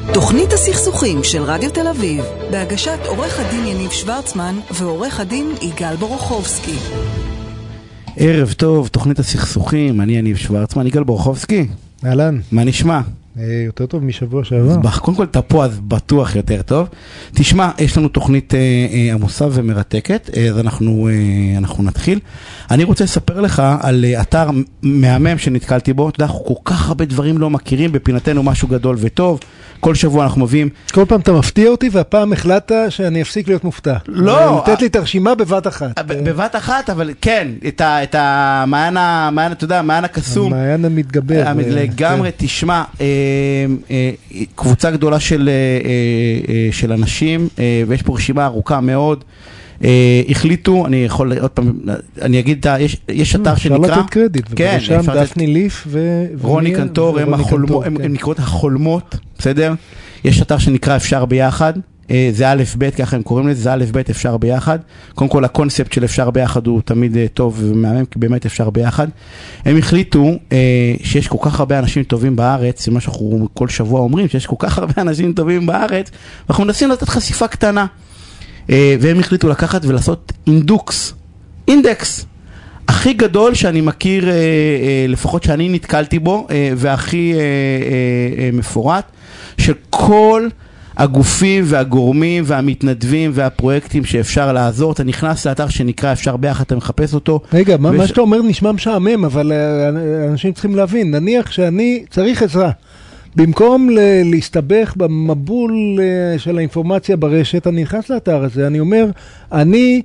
תוכנית הסכסוכים של רדיו תל אביב, בהגשת עורך הדין יניב שוורצמן ועורך הדין יגאל בורוכובסקי. ערב טוב, תוכנית הסכסוכים, אני יניב שוורצמן, יגאל בורוכובסקי. אהלן. מה נשמע? יותר טוב משבוע שעבר. קודם כל אתה פה, אז בטוח יותר טוב. תשמע, יש לנו תוכנית עמוסה ומרתקת, אז אנחנו נתחיל. אני רוצה לספר לך על אתר מהמם שנתקלתי בו. אתה יודע, אנחנו כל כך הרבה דברים לא מכירים, בפינתנו משהו גדול וטוב. כל שבוע אנחנו מביאים. כל פעם אתה מפתיע אותי, והפעם החלטת שאני אפסיק להיות מופתע. לא. נתת לי את הרשימה בבת אחת. בבת אחת, אבל כן, את המעיין, אתה יודע, המעיין הקסום. המעיין המתגבר. לגמרי, תשמע, קבוצה גדולה של אנשים, ויש פה רשימה ארוכה מאוד, החליטו, אני יכול עוד פעם, אני אגיד, יש אתר שנקרא, אפשר לתת קרדיט, ובראשם דפני ליף רוני קנטור, הם נקראות החולמות, בסדר? יש אתר שנקרא אפשר ביחד, זה א' ב', ככה הם קוראים לזה, זה א' ב' אפשר ביחד. קודם כל הקונספט של אפשר ביחד הוא תמיד טוב ומהמם, כי באמת אפשר ביחד. הם החליטו שיש כל כך הרבה אנשים טובים בארץ, זה מה שאנחנו כל שבוע אומרים, שיש כל כך הרבה אנשים טובים בארץ, ואנחנו מנסים לתת חשיפה קטנה. והם החליטו לקחת ולעשות אינדקס הכי גדול שאני מכיר, לפחות שאני נתקלתי בו, והכי מפורט, של כל הגופים והגורמים והמתנדבים והפרויקטים שאפשר לעזור. אתה נכנס לאתר שנקרא אפשר ביחד, אתה מחפש אותו. רגע, מה שאתה אומר נשמע משעמם, אבל אנשים צריכים להבין, נניח שאני צריך עזרה. במקום להסתבך במבול של האינפורמציה ברשת, אני נכנס לאתר הזה, אני אומר, אני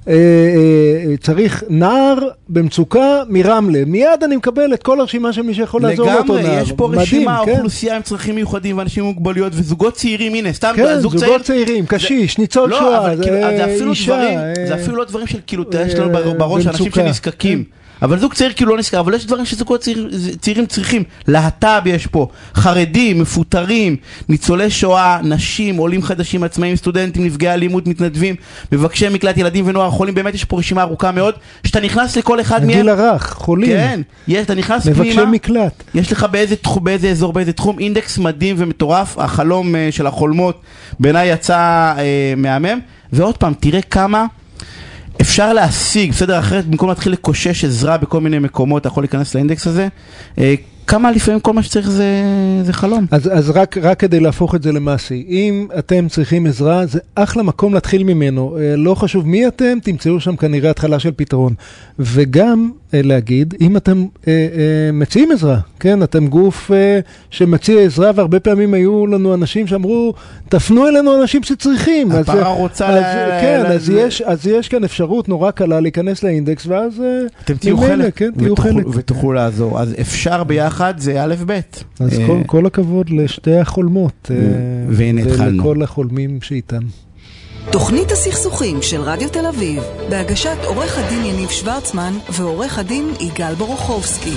צריך נער במצוקה מרמלה. מיד אני מקבל את כל הרשימה של מי שיכול לעזור לאותו נער. לגמרי, יש פה רשימה, אוכלוסייה עם צרכים מיוחדים ואנשים עם מוגבלויות וזוגות צעירים, הנה, סתם זוגות צעירים, קשיש, ניצול שואה, אישה. זה אפילו לא דברים של כאילו, יש לנו בראש אנשים שנזקקים. אבל זוג צעיר כאילו לא נזכר, אבל יש דברים שזוגות צעירים צריכים. להט"ב יש פה, חרדים, מפוטרים, ניצולי שואה, נשים, עולים חדשים, עצמאים, סטודנטים, נפגעי אלימות, מתנדבים, מבקשי מקלט, ילדים ונוער חולים. באמת יש פה רשימה ארוכה מאוד, שאתה נכנס לכל אחד מהם. הגיל הרך, חולים. כן, אתה נכנס מבקשי פנימה. מקלט. יש לך באיזה אזור, באיזה תחום, אינדקס מדהים ומטורף. החלום של החולמות בעיניי יצא מהמם. ועוד פעם, תראה כמה אפשר להשיג, בסדר, אחרת במקום להתחיל לקושש עזרה בכל מיני מקומות, אתה יכול להיכנס לאינדקס הזה, כמה לפעמים כל מה שצריך זה חלום. אז רק כדי להפוך את זה למעשי, אם אתם צריכים עזרה, זה אחלה מקום להתחיל ממנו, לא חשוב מי אתם, תמצאו שם כנראה התחלה של פתרון, וגם להגיד, אם אתם מציעים עזרה, כן, אתם גוף שמציע עזרה, והרבה פעמים היו לנו אנשים שאמרו, תפנו אלינו אנשים שצריכים. הפרה רוצה כן, אז יש כאן אפשרות נורא קלה להיכנס לאינדקס, ואז אתם תהיו חלק, ותוכלו לעזור. אז אפשר ביחד, זה א' ב'. אז כל הכבוד לשתי החולמות, והנה התחלנו. ולכל החולמים שאיתן. תוכנית הסכסוכים של רדיו תל אביב, בהגשת עורך הדין יניב שוורצמן ועורך הדין יגאל בורוכובסקי.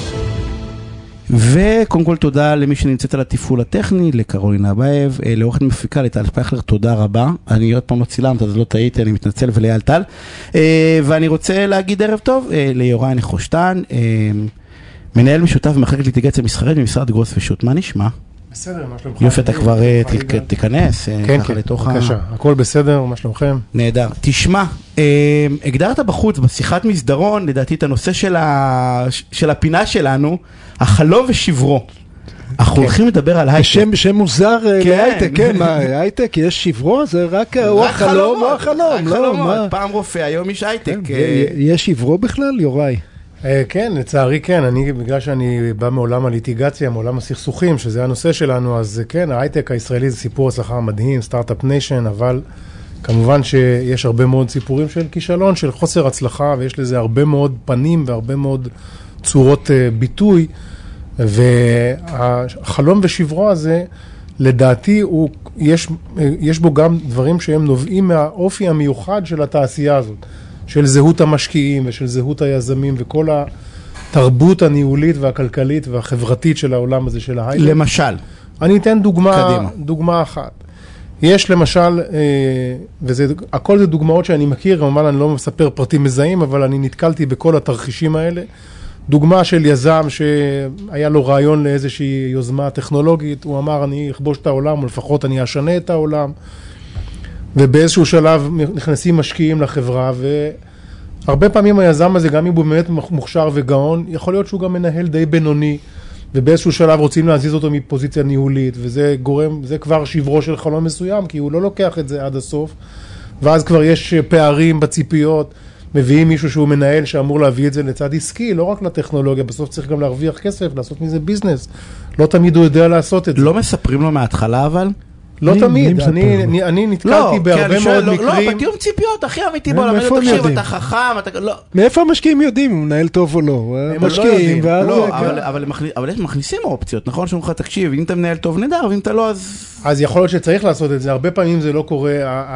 וקודם כל תודה למי שנמצאת על התפעול הטכני, לקרולינה אבייב, לעורכת מפיקה, לטל פייכלר, תודה רבה. אני עוד פעם לא צילמת, אז לא טעיתי, אני מתנצל, ולאייל טל. ואני רוצה להגיד ערב טוב ליוראי נחושתן, מנהל משותף במחלקת ליטיגציה מסחרית במשרד גרוס ושות'. מה נשמע? בסדר, מה שלומכם? יופי, אתה כבר תיכנס ככה לתוך בבקשה, הכל בסדר, מה שלומכם? נהדר. תשמע, הגדרת בחוץ, בשיחת מסדרון, לדעתי את הנושא של הפינה שלנו, החלום ושברו. אנחנו הולכים לדבר על הייטק. שם מוזר להייטק, כן, מה, הייטק, יש שברו? זה רק או החלום או החלום. פעם רופא, היום יש הייטק. יש שברו בכלל, יוראי? כן, לצערי כן, בגלל שאני בא מעולם הליטיגציה, מעולם הסכסוכים, שזה הנושא שלנו, אז כן, ההייטק הישראלי זה סיפור הצלחה מדהים, סטארט-אפ ניישן, אבל כמובן שיש הרבה מאוד סיפורים של כישלון, של חוסר הצלחה, ויש לזה הרבה מאוד פנים והרבה מאוד צורות ביטוי, והחלום ושברו הזה, לדעתי, יש בו גם דברים שהם נובעים מהאופי המיוחד של התעשייה הזאת. של זהות המשקיעים ושל זהות היזמים וכל התרבות הניהולית והכלכלית והחברתית של העולם הזה של ההייטק. למשל? אני אתן דוגמה אחת. יש למשל, הכל זה דוגמאות שאני מכיר, כמובן אני לא מספר פרטים מזהים, אבל אני נתקלתי בכל התרחישים האלה. דוגמה של יזם שהיה לו רעיון לאיזושהי יוזמה טכנולוגית, הוא אמר אני אכבוש את העולם, או לפחות אני אשנה את העולם, ובאיזשהו שלב נכנסים משקיעים לחברה, והרבה פעמים היזם הזה, גם אם הוא באמת מוכשר וגאון, יכול להיות שהוא גם מנהל די בינוני, ובאיזשהו שלב רוצים להזיז אותו מפוזיציה ניהולית, וזה גורם, זה כבר שברו של חלום מסוים, כי הוא לא לוקח את זה עד הסוף, ואז כבר יש פערים בציפיות, מביאים מישהו שהוא מנהל שאמור להביא את זה לצד עסקי, לא רק לטכנולוגיה, בסוף צריך גם להרוויח כסף, לעשות מזה ביזנס. לא תמיד הוא יודע לעשות את זה. לא מספרים לו מההתחלה אבל? לא תמיד, אני נתקלתי בהרבה מאוד מקרים. לא, בתיאום ציפיות, הכי אמיתי בוא, תקשיב, אתה חכם, אתה לא. מאיפה המשקיעים יודעים אם הוא מנהל טוב או לא? הם משקיעים. אבל הם מכניסים אופציות, נכון? שאומרים לך, תקשיב, אם אתה מנהל טוב נדע, ואם אתה לא, אז יכול להיות שצריך לעשות את זה, הרבה פעמים זה לא קורה.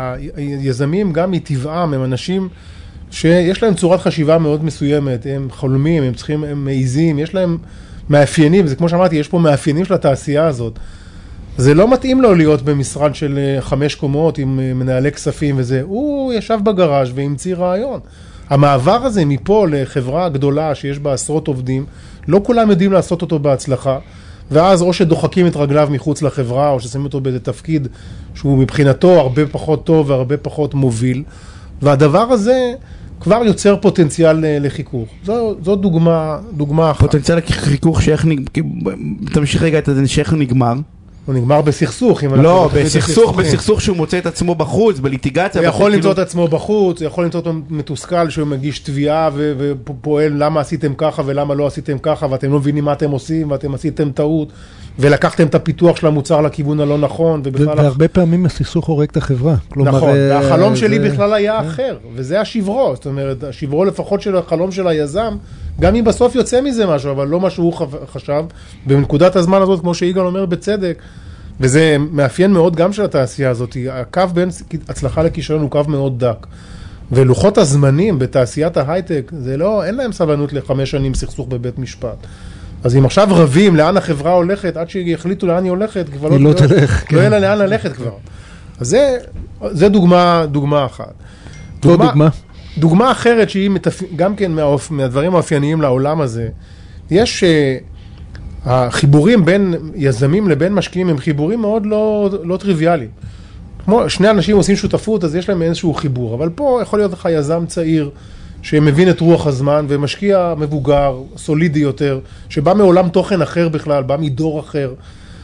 היזמים גם מטבעם, הם אנשים שיש להם צורת חשיבה מאוד מסוימת, הם חולמים, הם מעיזים, יש להם מאפיינים, זה כמו שאמרתי, יש פה מאפיינים של התעשייה הזאת. זה לא מתאים לו להיות במשרד של 5 קומות עם מנהלי כספים וזה, הוא ישב בגראז' והמציא רעיון. המעבר הזה מפה לחברה גדולה שיש בה עשרות עובדים, לא כולם יודעים לעשות אותו בהצלחה, ואז או שדוחקים את רגליו מחוץ לחברה, או ששמים אותו באיזה תפקיד שהוא מבחינתו הרבה פחות טוב והרבה פחות מוביל, והדבר הזה כבר יוצר פוטנציאל לחיכוך. זו דוגמה אחת. פוטנציאל לחיכוך שאיך, תמשיך רגע את זה, שאיך נגמר? הוא נגמר בסכסוך. לא, בסכסוך שהוא מוצא את עצמו בחוץ, בליטיגציה. הוא יכול למצוא את עצמו בחוץ, הוא יכול למצוא אותו מתוסכל שהוא מגיש תביעה ופועל למה עשיתם ככה ולמה לא עשיתם ככה, ואתם לא מבינים מה אתם עושים, ואתם עשיתם טעות, ולקחתם את הפיתוח של המוצר לכיוון הלא נכון. והרבה פעמים הסכסוך הורג את החברה. נכון, והחלום שלי בכלל היה אחר, וזה השברו. זאת אומרת, השברו לפחות של החלום של היזם, גם אם בסוף יוצא מזה משהו, אבל לא מה שהוא חשב. בנקודת הזמן הזאת, כמו שיגאל אומר בצדק, וזה מאפיין מאוד גם של התעשייה הזאת, הקו בין הצלחה לכישלון הוא קו מאוד דק. ולוחות הזמנים בתעשיית ההייטק, זה לא, אין להם סבלנות ל5 שנים סכסוך בבית משפט. אז אם עכשיו רבים לאן החברה הולכת, עד שיחליטו לאן היא הולכת, כבר לא תלך. לא יהיה לה לאן ללכת כבר. אז זה דוגמה אחת. דוגמה אחרת שהיא גם כן מהדברים האופייניים לעולם הזה, יש החיבורים בין יזמים לבין משקיעים הם חיבורים מאוד לא טריוויאליים. כמו שני אנשים עושים שותפות, אז יש להם איזשהו חיבור, אבל פה יכול להיות לך יזם צעיר שמבין את רוח הזמן ומשקיע מבוגר, סולידי יותר, שבא מעולם תוכן אחר בכלל, בא מדור אחר.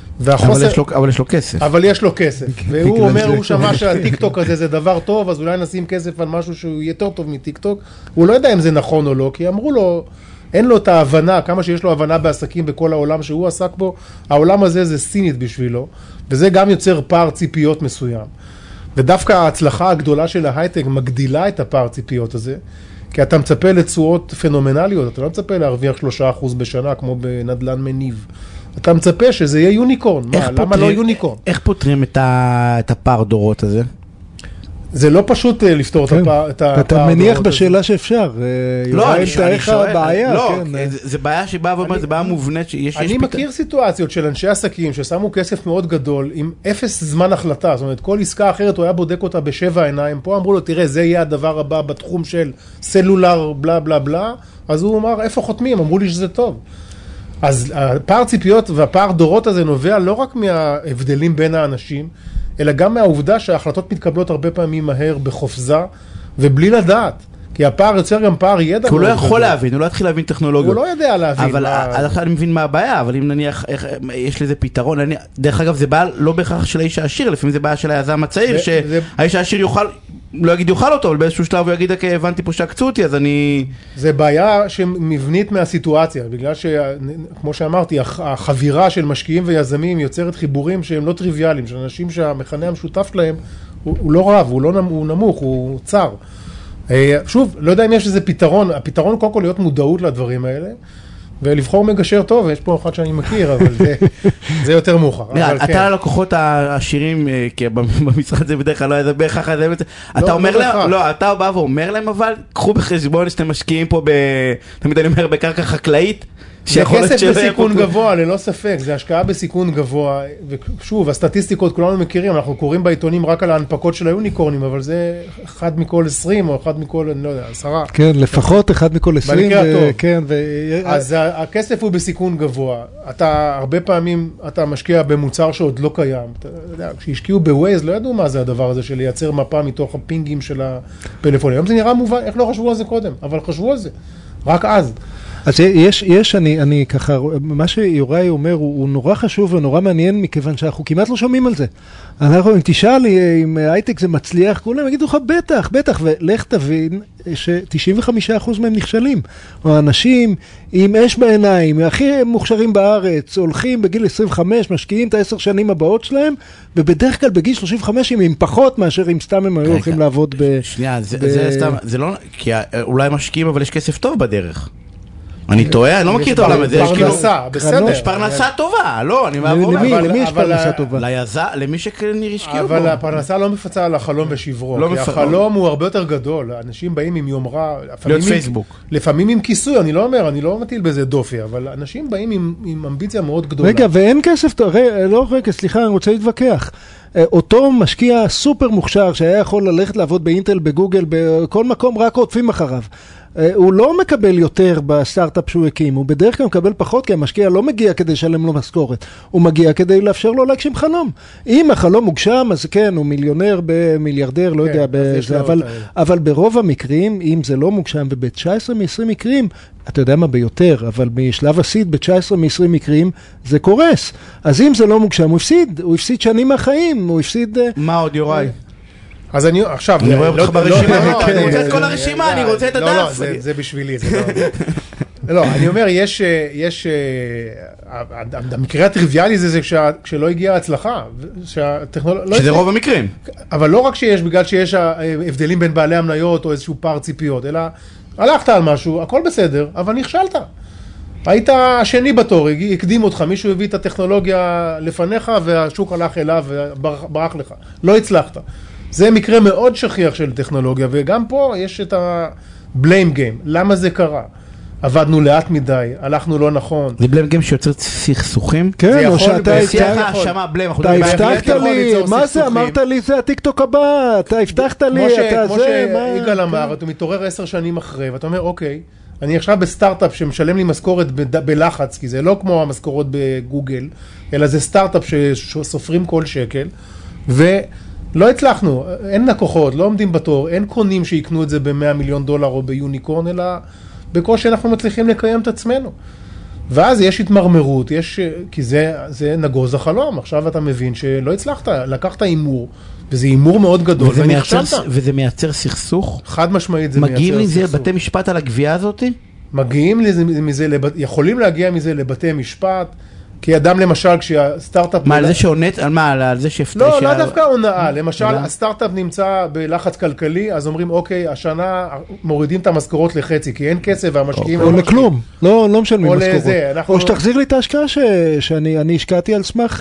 אבל יש לו כסף. אבל יש לו כסף. והוא אומר, הוא שמע שהטיקטוק הזה זה דבר טוב, אז אולי נשים כסף על משהו שהוא יותר טוב מטיקטוק. הוא לא יודע אם זה נכון או לא, כי אמרו לו, אין לו את ההבנה, כמה שיש לו הבנה בעסקים בכל העולם שהוא עסק בו, העולם הזה זה סינית בשבילו, וזה גם יוצר פער ציפיות מסוים. ודווקא ההצלחה הגדולה של ההייטק מגדילה את הפער ציפיות הזה, כי אתה מצפה לתשואות פנומנליות, אתה לא מצפה להרוויח 3% בשנה כמו בנדלן מניב. אתה מצפה שזה יהיה יוניקורן. למה לא יוניקורן? איך פותרים את הפער דורות הזה? זה לא פשוט לפתור את הפער. אתה מניח בשאלה שאפשר. לא, אני שואל. לא, זה בעיה שבאה ואומרת, זה בעיה מובנית. אני מכיר סיטואציות של אנשי עסקים ששמו כסף מאוד גדול עם אפס זמן החלטה. זאת אומרת, כל עסקה אחרת הוא היה בודק אותה ב7 עיניים. פה אמרו לו, תראה, זה יהיה הדבר הבא בתחום של סלולר, בלה בלה בלה. אז הוא אמר, איפה חותמים? אמרו לי שזה טוב. אז הפער ציפיות והפער דורות הזה נובע לא רק מההבדלים בין האנשים, אלא גם מהעובדה שההחלטות מתקבלות הרבה פעמים מהר בחופזה ובלי לדעת. כי הפער יוצר גם פער ידע. כי הוא לא יכול להבין, הוא לא התחיל להבין טכנולוגיות. הוא לא יודע להבין. אבל אני מבין מה הבעיה, אבל אם נניח יש לזה פתרון, דרך אגב זה בעיה לא בהכרח של האיש העשיר, לפעמים זה בעיה של היזם הצעיר, שהאיש העשיר יוכל, לא יגיד יוכל אותו, אבל באיזשהו שלב הוא יגיד, הבנתי פה שעקצו אותי, אז אני... זה בעיה שמבנית מהסיטואציה, בגלל שכמו שאמרתי, החבירה של משקיעים ויזמים יוצרת חיבורים שהם לא טריוויאליים, של אנשים שהמכנה המשותף שלהם הוא לא רב, הוא נמוך, הוא צר. שוב, לא יודע אם יש איזה פתרון, הפתרון קודם כל להיות מודעות לדברים האלה, ולבחור מגשר טוב, יש פה אחד שאני מכיר, אבל זה יותר מאוחר. אתה ללקוחות העשירים, כי במשרד זה בדרך כלל לא היה בהכרח, אתה אומר להם, לא, אתה בא ואומר להם, אבל קחו בחשבון שאתם משקיעים פה, תמיד אני אומר, בקרקע חקלאית, זה כסף בסיכון גבוה, ללא ספק, זה השקעה בסיכון גבוה, ושוב, הסטטיסטיקות כולנו מכירים, אנחנו קוראים בעיתונים רק על ההנפקות של היוניקורנים, אבל זה 1 מכל 20 או 1 מכל, אני לא יודע, 10. כן, לפחות 1 מכל 20. במקרה הטוב. אז הכסף הוא בסיכון גבוה, אתה הרבה פעמים, אתה משקיע במוצר שעוד לא קיים, אתה יודע, כשהשקיעו בווייז, לא ידעו מה זה הדבר הזה, של לייצר מפה מתוך הפינגים של הפלאפונים, היום זה נראה מובן, איך לא חשבו על זה קודם, אבל חשבו על זה, רק אז. אז אני ככה, מה שיוראי אומר הוא נורא חשוב ונורא מעניין, מכיוון שאנחנו כמעט לא שומעים על זה. אם תשאל אם הייטק זה מצליח, כולם יגידו לך בטח, ולך תבין ש95% מהם נכשלים. או אנשים עם אש בעיניים, הכי מוכשרים בארץ, הולכים בגיל 25, משקיעים את 10 שנים הבאות שלהם, ובדרך כלל בגיל 35 הם עם פחות מאשר אם סתם הם היו הולכים לעבוד שנייה, זה לא, כי אולי משקיעים אבל יש כסף טוב בדרך. אני טועה, אני לא מכיר את העולם הזה. יש פרנסה, בסדר. יש פרנסה טובה, לא, אני מעבור. למי יש פרנסה טובה? למי שכנראה השקיעו בו. אבל הפרנסה לא מפצה על החלום ושברו. כי החלום הוא הרבה יותר גדול. אנשים באים עם יומרה. להיות פייסבוק. לפעמים עם כיסוי, אני לא אומר, אני לא מטיל בזה דופי, אבל אנשים באים עם אמביציה מאוד גדולה. רגע, ואין כסף טוב, רגע, סליחה, אני רוצה להתווכח. אותו משקיע סופר מוכשר שהיה יכול ללכת לעבוד באינטל, בגוגל, בכל מקום, רק עוטפים אחריו. הוא לא מקבל יותר בסטארט-אפ שהוא הקים, הוא בדרך כלל מקבל פחות, כי המשקיע לא מגיע כדי לשלם לו משכורת, הוא מגיע כדי לאפשר לו להגשים חלום. אם החלום מוגשם, אז כן, הוא מיליונר במיליארדר, לא יודע, אבל ברוב המקרים, אם זה לא מוגשם, וב-19 מ-20 מקרים, אתה יודע מה ביותר, אבל בשלב הסיד, ב-19 מ-20 מקרים, זה קורס. אז אם זה לא מוגשם, הוא הפסיד שנים מהחיים, הוא הפסיד... מה עוד יוראי? אז אני, עכשיו, אני רואה אותך ברשימה, אני רוצה את כל הרשימה, אני רוצה את הדף. לא, זה בשבילי, זה לא, אני אומר, יש, המקרה הטריוויאלי זה כשלא הגיעה ההצלחה, שזה רוב המקרים. אבל לא רק שיש, בגלל שיש הבדלים בין בעלי המניות או איזשהו פער ציפיות, אלא הלכת על משהו, הכל בסדר, אבל נכשלת. היית השני בתור, הקדים אותך, מישהו הביא את הטכנולוגיה לפניך, והשוק הלך אליו וברח לך. לא הצלחת. זה מקרה מאוד שכיח של טכנולוגיה, וגם פה יש את ה-blame game. למה זה קרה? עבדנו לאט מדי, הלכנו לא נכון. זה blame game שיוצר סכסוכים? כן, או שאתה הבטחת לי, מה זה? אמרת לי, זה הטיק-טוק הבא, אתה הבטחת לי, אתה זה, מה? כמו שיגאל אמר, אתה מתעורר 10 שנים אחרי, ואתה אומר, אוקיי, אני עכשיו בסטארט-אפ שמשלם לי משכורת בלחץ, כי זה לא כמו המשכורות בגוגל, אלא זה סטארט-אפ שסופרים כל שקל, לא הצלחנו, אין לקוחות, לא עומדים בתור, אין קונים שיקנו את זה ב$100 מיליון או ביוניקורן, אלא בקושי אנחנו מצליחים לקיים את עצמנו. ואז יש התמרמרות, כי זה נגוז החלום, עכשיו אתה מבין שלא הצלחת, לקחת אימור, וזה אימור מאוד גדול, ונכשלת. וזה מייצר סכסוך? חד משמעית זה מייצר סכסוך. מגיעים לזה בתי משפט על הגבייה הזאת? מגיעים מזה, יכולים להגיע מזה לבתי משפט, כי אדם למשל כשהסטארט-אפ... מה, על זה שעונית? על מה? על זה שהפתיע... לא דווקא הונאה. למשל, הסטארט-אפ נמצא בלחץ כלכלי, אז אומרים, אוקיי, השנה מורידים את המשכורות לחצי, כי אין כסף והמשקיעים... או לכלום. לא משלמים משכורות. או שתחזיר לי את ההשקעה שאני השקעתי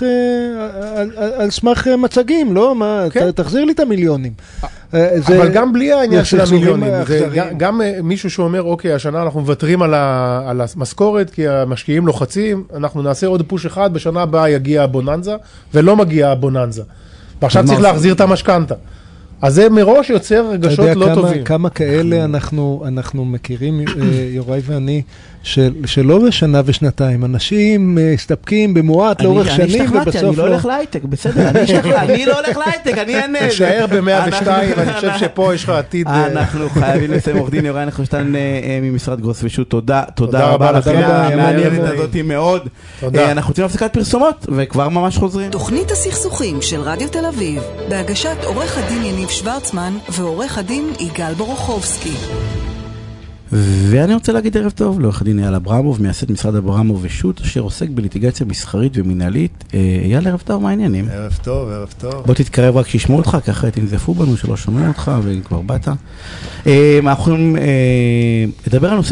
על סמך מצגים, לא? תחזיר לי את המיליונים. אבל גם בלי העניין של המיליונים, גם מישהו שאומר, אוקיי, השנה אנחנו מוותרים על המשכורת, כי המשקיעים לוחצים, אנחנו נעשה עוד פוש אחד, בשנה הבאה יגיע הבוננזה, ולא מגיע הבוננזה. ועכשיו צריך להחזיר את המשכנתה. אז זה מראש יוצר רגשות לא טובים. אתה יודע כמה כאלה אנחנו מכירים, יוראי ואני, שלא בשנה ושנתיים, אנשים מסתפקים במועט לאורך שנים, ובסוף לא. אני לא הולך להייטק, בסדר, אני לא הולך להייטק, אני אין... תשאר ב-102, אני חושב שפה יש לך עתיד... אנחנו חייבים לסיים, עורך דין יוראי נחושתן ממשרד גרוס ושות', תודה רבה לכם, המעניינת הזאת מאוד. אנחנו רוצים להפסקת פרסומות, וכבר ממש חוזרים. תוכנית הסכסוכים של רדיו תל אביב, בהגשת עורך הדין יניב שוורצמן ועורך הדין יגאל בורוכובסקי. ואני רוצה להגיד ערב טוב לעורך הדין אייל אברמוב, מייסד משרד אברמוב ושות', אשר עוסק בליטיגציה מסחרית ומנהלית. אייל, ערב טוב, מה העניינים? ערב טוב. בוא תתקרב רק שישמעו אותך, ככה תנזפו בנו שלא שומעים אותך וכבר באת. אנחנו נדבר על נושא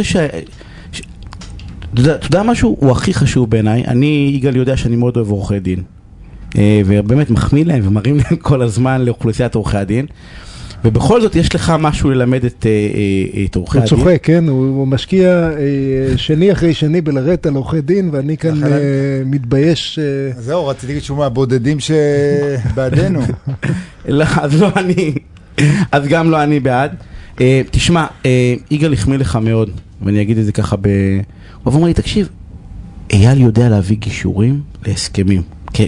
אתה יודע משהו? הוא הכי חשוב בעיניי. אני, יגאל, יודע שאני מאוד אוהב עורכי דין. ובאמת מחמיא להם ומראים להם כל הזמן לאוכלוסיית עורכי הדין. ובכל זאת יש לך משהו ללמד את עורכי הדין. הוא צוחק, כן, הוא משקיע שני אחרי שני בלרדת על עורכי דין, ואני כאן מתבייש. זהו, רציתי להגיד שהוא מהבודדים שבעדנו. לא, אז לא אני, אז גם לא אני בעד. תשמע, יגאל החמיא לך מאוד, ואני אגיד את זה ככה הוא אומר לי, תקשיב, אייל יודע להביא גישורים להסכמים,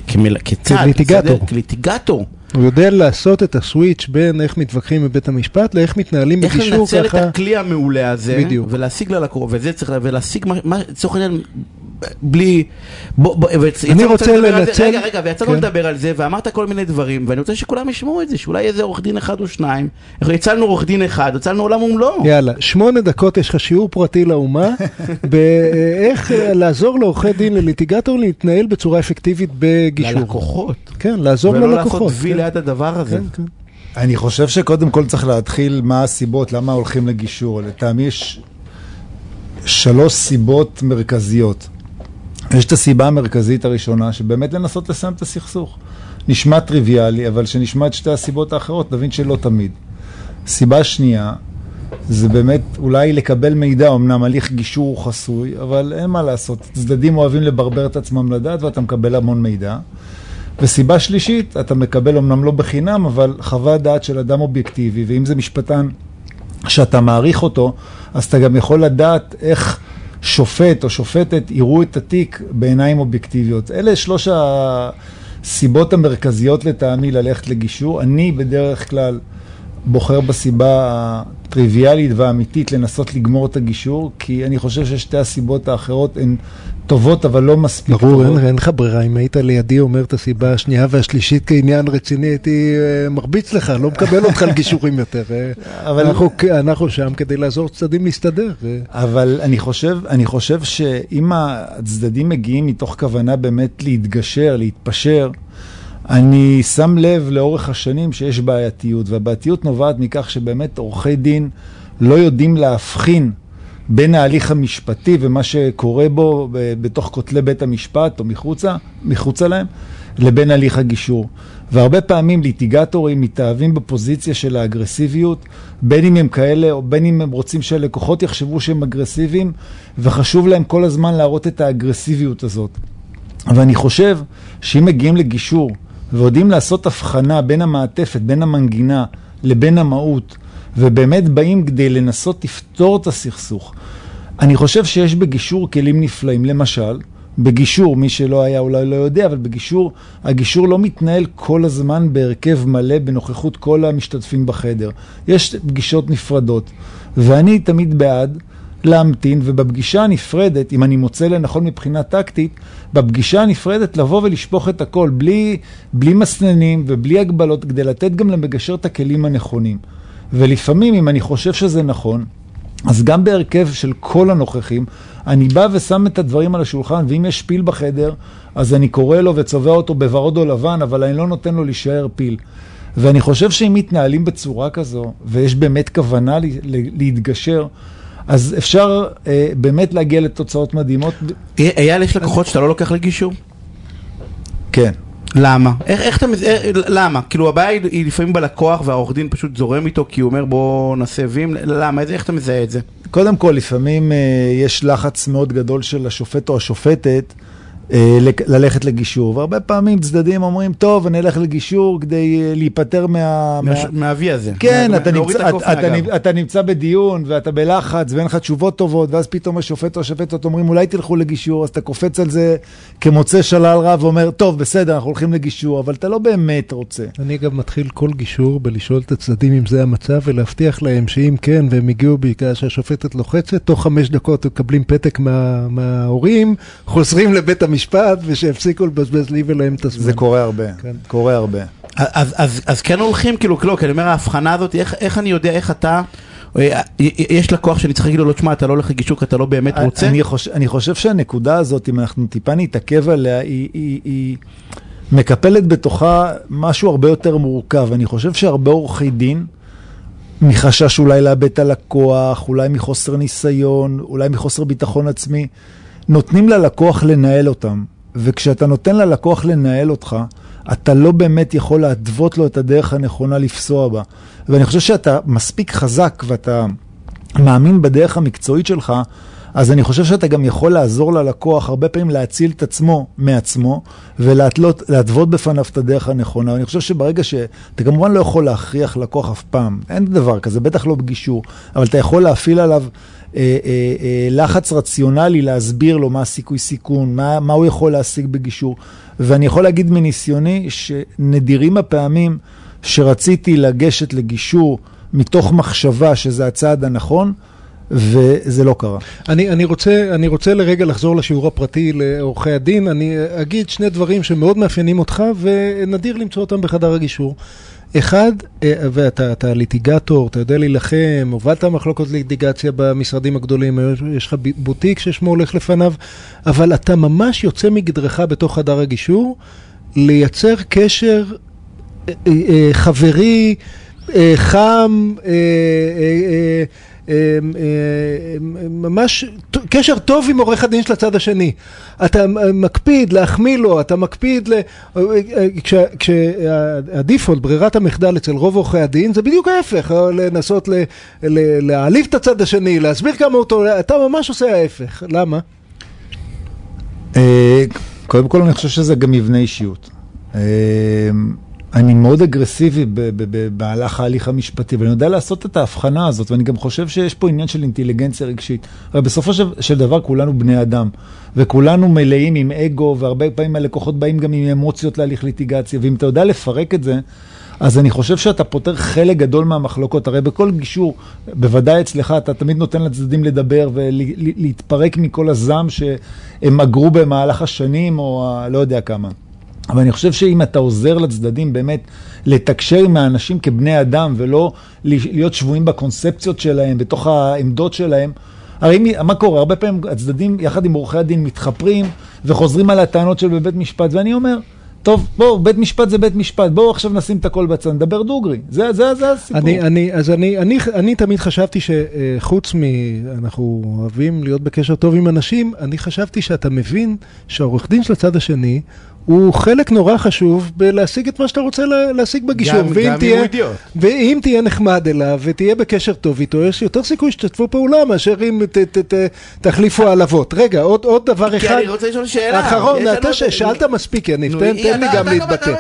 כליטיגטור. הוא יודע לעשות את הסוויץ' בין איך מתווכחים בבית המשפט, לאיך מתנהלים בגישור. איך לנצל את הכלי המעולה הזה, ולהשיג ללקוח, וזה צריך, ולהשיג מה, צורך העניין, בלי... אני רוצה לנצל... רגע, ויצאנו לדבר על זה, ואמרת כל מיני דברים, ואני רוצה שכולם ישמעו את זה, שאולי איזה עורך דין אחד או שניים, הצלנו עורך דין אחד, הצלנו עולם ומלואו. יאללה, 8 דקות יש לך שיעור פרטי לאומה, באיך לעזור לעורכי דין לליטיגטור להתנהל בצורה אפקטיבית בגישור. ללקוחות. כן, לעזור ללקוחות. ולא לעשות וי ליד הדבר הזה. אני חושב שקודם כל צריך להתחיל מה הסיבות, למה הולכים לגישור. לטעמי יש 3 סיבות מרכזיות. יש את הסיבה המרכזית הראשונה, שבאמת לנסות לסיים את הסכסוך. נשמע טריוויאלי, אבל שנשמע את 2 הסיבות האחרות, נבין שלא תמיד. סיבה שנייה, זה באמת אולי לקבל מידע, אמנם הליך גישור חסוי, אבל אין מה לעשות. צדדים אוהבים לברבר את עצמם לדעת, ואתה מקבל המון מידע. וסיבה שלישית, אתה מקבל אמנם לא בחינם, אבל חוות דעת של אדם אובייקטיבי, ואם זה משפטן שאתה מעריך אותו, אז אתה גם יכול לדעת איך שופט או שופטת יראו את התיק בעיניים אובייקטיביות. אלה 3 הסיבות המרכזיות לטעמי ללכת לגישור. אני בדרך כלל בוחר בסיבה הטריוויאלית והאמיתית לנסות לגמור את הגישור, כי אני חושב ש2 הסיבות האחרות הן טובות, אבל לא מספיק טובות. ברור, אין לך ברירה. אם היית לידי אומר את הסיבה השנייה והשלישית כעניין רציני, הייתי מרביץ לך, לא מקבל אותך על גישורים יותר. אנחנו שם כדי לעזור צדדים להסתדר. אבל אני חושב שאם הצדדים מגיעים מתוך כוונה באמת להתגשר, להתפשר, אני שם לב לאורך השנים שיש בעייתיות, והבעייתיות נובעת מכך שבאמת עורכי דין לא יודעים להבחין בין ההליך המשפטי ומה שקורה בו בתוך כותלי בית המשפט או מחוצה להם, לבין הליך הגישור. והרבה פעמים ליטיגטורים מתאהבים בפוזיציה של האגרסיביות, בין אם הם כאלה או בין אם הם רוצים שהלקוחות יחשבו שהם אגרסיביים, וחשוב להם כל הזמן להראות את האגרסיביות הזאת. ואני חושב שאם מגיעים לגישור ויודעים לעשות הבחנה בין המעטפת, בין המנגינה לבין המהות, ובאמת באים כדי לנסות לפתור את הסכסוך. אני חושב שיש בגישור כלים נפלאים. למשל, בגישור, מי שלא היה אולי לא יודע, אבל בגישור, הגישור לא מתנהל כל הזמן בהרכב מלא בנוכחות כל המשתתפים בחדר. יש פגישות נפרדות, ואני תמיד בעד להמתין, ובפגישה הנפרדת, אם אני מוצא לנכון מבחינה טקטית, בפגישה הנפרדת לבוא ולשפוך את הכל, בלי מסננים ובלי הגבלות, כדי לתת גם למגשר את הכלים הנכונים. ולפעמים, אם אני חושב שזה נכון, אז גם בהרכב של כל הנוכחים, אני בא ושם את הדברים על השולחן, ואם יש פיל בחדר, אז אני קורא לו וצובע אותו בוורוד או לבן, אבל אני לא נותן לו להישאר פיל. ואני חושב שאם מתנהלים בצורה כזו, ויש באמת כוונה להתגשר, אז אפשר באמת להגיע לתוצאות מדהימות. אייל, יש לקוחות שאתה לא לוקח לגישור? כן. למה? למה? כאילו הבעיה היא לפעמים בלקוח והעורך דין פשוט זורם איתו כי הוא אומר בוא נעשה וים. למה? איך אתה מזהה את זה? קודם כל, לפעמים יש לחץ מאוד גדול של השופט או השופטת ללכת לגישור, והרבה פעמים צדדים אומרים, טוב, אני אלך לגישור כדי להיפטר מהאבי הזה. כן, אתה נמצא בדיון ואתה בלחץ ואין לך תשובות טובות, ואז פתאום השופט או השופטת אומרים, אולי תלכו לגישור, אז אתה קופץ על זה כמוצא שלל רב ואומר, טוב, בסדר, אנחנו הולכים לגישור, אבל אתה לא באמת רוצה. אני גם מתחיל כל גישור בלשאול את הצדדים אם זה המצב, ולהבטיח להם שאם כן, והם הגיעו בעיקר שהשופטת לוחצת, תוך 5 דקות מקבלים פתק מההורים, חוזרים לבית משפט, ושהפסיקו לבזבז לי ולהם את הזמן. זה קורה הרבה, קורה הרבה. אז כן הולכים, כאילו, כי אני אומר, ההבחנה הזאת, איך אני יודע, איך אתה, יש לקוח שאני צריך להגיד לו, לא תשמע, אתה לא הולך לגישור, כי אתה לא באמת רוצה? אני חושב שהנקודה הזאת, אם אנחנו טיפה נתעכב עליה, היא מקפלת בתוכה משהו הרבה יותר מורכב. אני חושב שהרבה עורכי דין, מחשש אולי לאבד את הלקוח, אולי מחוסר ניסיון, אולי מחוסר ביטחון עצמי, נותנים ללקוח לנהל אותם, וכשאתה נותן ללקוח לנהל אותך, אתה לא באמת יכול להדוות לו את הדרך הנכונה לפסוע בה. ואני חושב שאתה מספיק חזק ואתה מאמין בדרך המקצועית שלך, אז אני חושב שאתה גם יכול לעזור ללקוח הרבה פעמים להציל את עצמו מעצמו, ולהדוות בפניו את הדרך הנכונה. אני חושב שברגע שאתה כמובן לא יכול להכריח לקוח אף פעם, אין דבר כזה, בטח לא בגישור, אבל אתה יכול להפעיל עליו לחץ רציונלי, להסביר לו מה הסיכוי סיכון, מה הוא יכול להשיג בגישור. ואני יכול להגיד מניסיוני שנדירים הפעמים שרציתי לגשת לגישור מתוך מחשבה שזה הצעד הנכון, וזה לא קרה. אני רוצה לרגע לחזור לשיעור הפרטי לעורכי הדין. אני אגיד שני דברים שמאוד מאפיינים אותך, ונדיר למצוא אותם בחדר הגישור. אחד, ואתה ליטיגטור, אתה יודע להילחם, הובלת מחלוקות ליטיגציה במשרדים הגדולים, יש לך בוטיק ששמו הולך לפניו, אבל אתה ממש יוצא מגדרך בתוך חדר הגישור, לייצר קשר חברי, חם, ממש קשר טוב עם עורך הדין של הצד השני. אתה מקפיד להחמיא לו, אתה מקפיד כשהדיפולט, ברירת המחדל אצל רוב עורכי הדין, זה בדיוק ההפך, לנסות להעליב את הצד השני, להסביר כמה אותו, אתה ממש עושה ההפך. למה? קודם כל אני חושב שזה גם מבנה אישיות. אני מאוד אגרסיבי בהלך ההליך המשפטי, ואני יודע לעשות את ההבחנה הזאת, ואני גם חושב שיש פה עניין של אינטליגנציה רגשית. אבל בסופו של דבר כולנו בני אדם, וכולנו מלאים עם אגו, והרבה פעמים הלקוחות באים גם עם אמוציות להליך ליטיגציה, ואם אתה יודע לפרק את זה, אז אני חושב שאתה פותר חלק גדול מהמחלוקות. הרי בכל גישור, בוודאי אצלך, אתה תמיד נותן לצדדים לדבר ולהתפרק מכל הזם שהם אגרו במהלך השנים, או לא יודע כמה. אבל אני חושב שאם אתה עוזר לצדדים באמת לתקשר עם האנשים כבני אדם, ולא להיות שבויים בקונספציות שלהם, בתוך העמדות שלהם, הרי מה קורה? הרבה פעמים הצדדים יחד עם עורכי הדין מתחפרים, וחוזרים על הטענות של בבית משפט, ואני אומר, טוב, בואו, בית משפט זה בית משפט, בואו עכשיו נשים את הכל בצד, נדבר דוגרי, זה הסיפור. אני תמיד חשבתי שחוץ אנחנו אוהבים להיות בקשר טוב עם אנשים, אני חשבתי שאתה מבין שהעורך דין של הצד השני, הוא חלק נורא חשוב בלהשיג את מה שאתה רוצה להשיג בגישור. ואם תהיה נחמד אליו ותהיה בקשר טוב איתו, יש יותר סיכוי שתתפו פעולה מאשר אם תחליפו העלבות. רגע, עוד דבר אחד. כי אני רוצה לשאול שאלה. אחרון, אתה שאלת מספיק, יניב, תן לי גם להתבטא.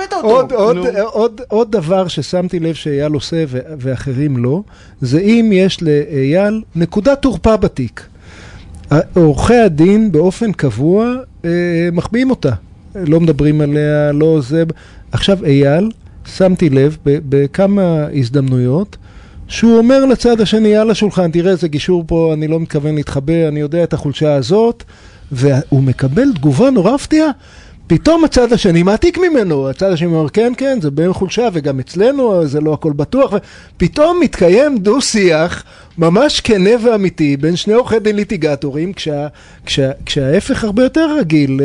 עוד דבר ששמתי לב שאייל עושה ואחרים לא, זה אם יש לאייל נקודת תורפה בתיק. עורכי הדין באופן קבוע מחביאים אותה. לא מדברים עליה, לא זה. עכשיו אייל, שמתי לב בכמה הזדמנויות, שהוא אומר לצד השני על השולחן, תראה זה גישור פה, אני לא מתכוון להתחבא, אני יודע את החולשה הזאת, והוא מקבל תגובה נורא הפתיעה. פתאום הצד השני מעתיק ממנו, הצד השני אומר כן, כן, זה בין חולשה, וגם אצלנו זה לא הכל בטוח, ופתאום מתקיים דו שיח ממש כנה ואמיתי בין שני עורכי דין ליטיגטורים, כשההפך הרבה יותר רגיל.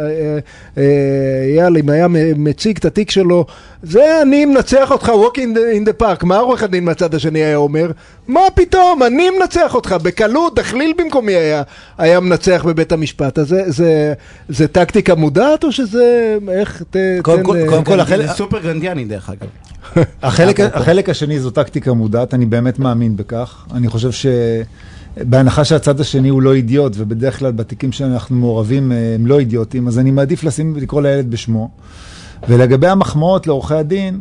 יאללה, אם היה מציג את התיק שלו, זה אני מנצח אותך, walk in the park, מה עורך הדין מהצד השני היה אומר? מה פתאום, אני מנצח אותך, בקלות, דחליל במקומי היה מנצח בבית המשפט. אז זה טקטיקה מודעת, או שזה, איך, קודם כל, זה סופר גרנדיאני דרך אגב. החלק השני זו טקטיקה מודעת, אני באמת מאמין בכך. אני חושב שבהנחה שהצד השני הוא לא אידיוט, ובדרך כלל בתיקים שאנחנו מעורבים הם לא אידיוטים, אז אני מעדיף לקרוא לילד בשמו. ולגבי המחמאות לעורכי הדין,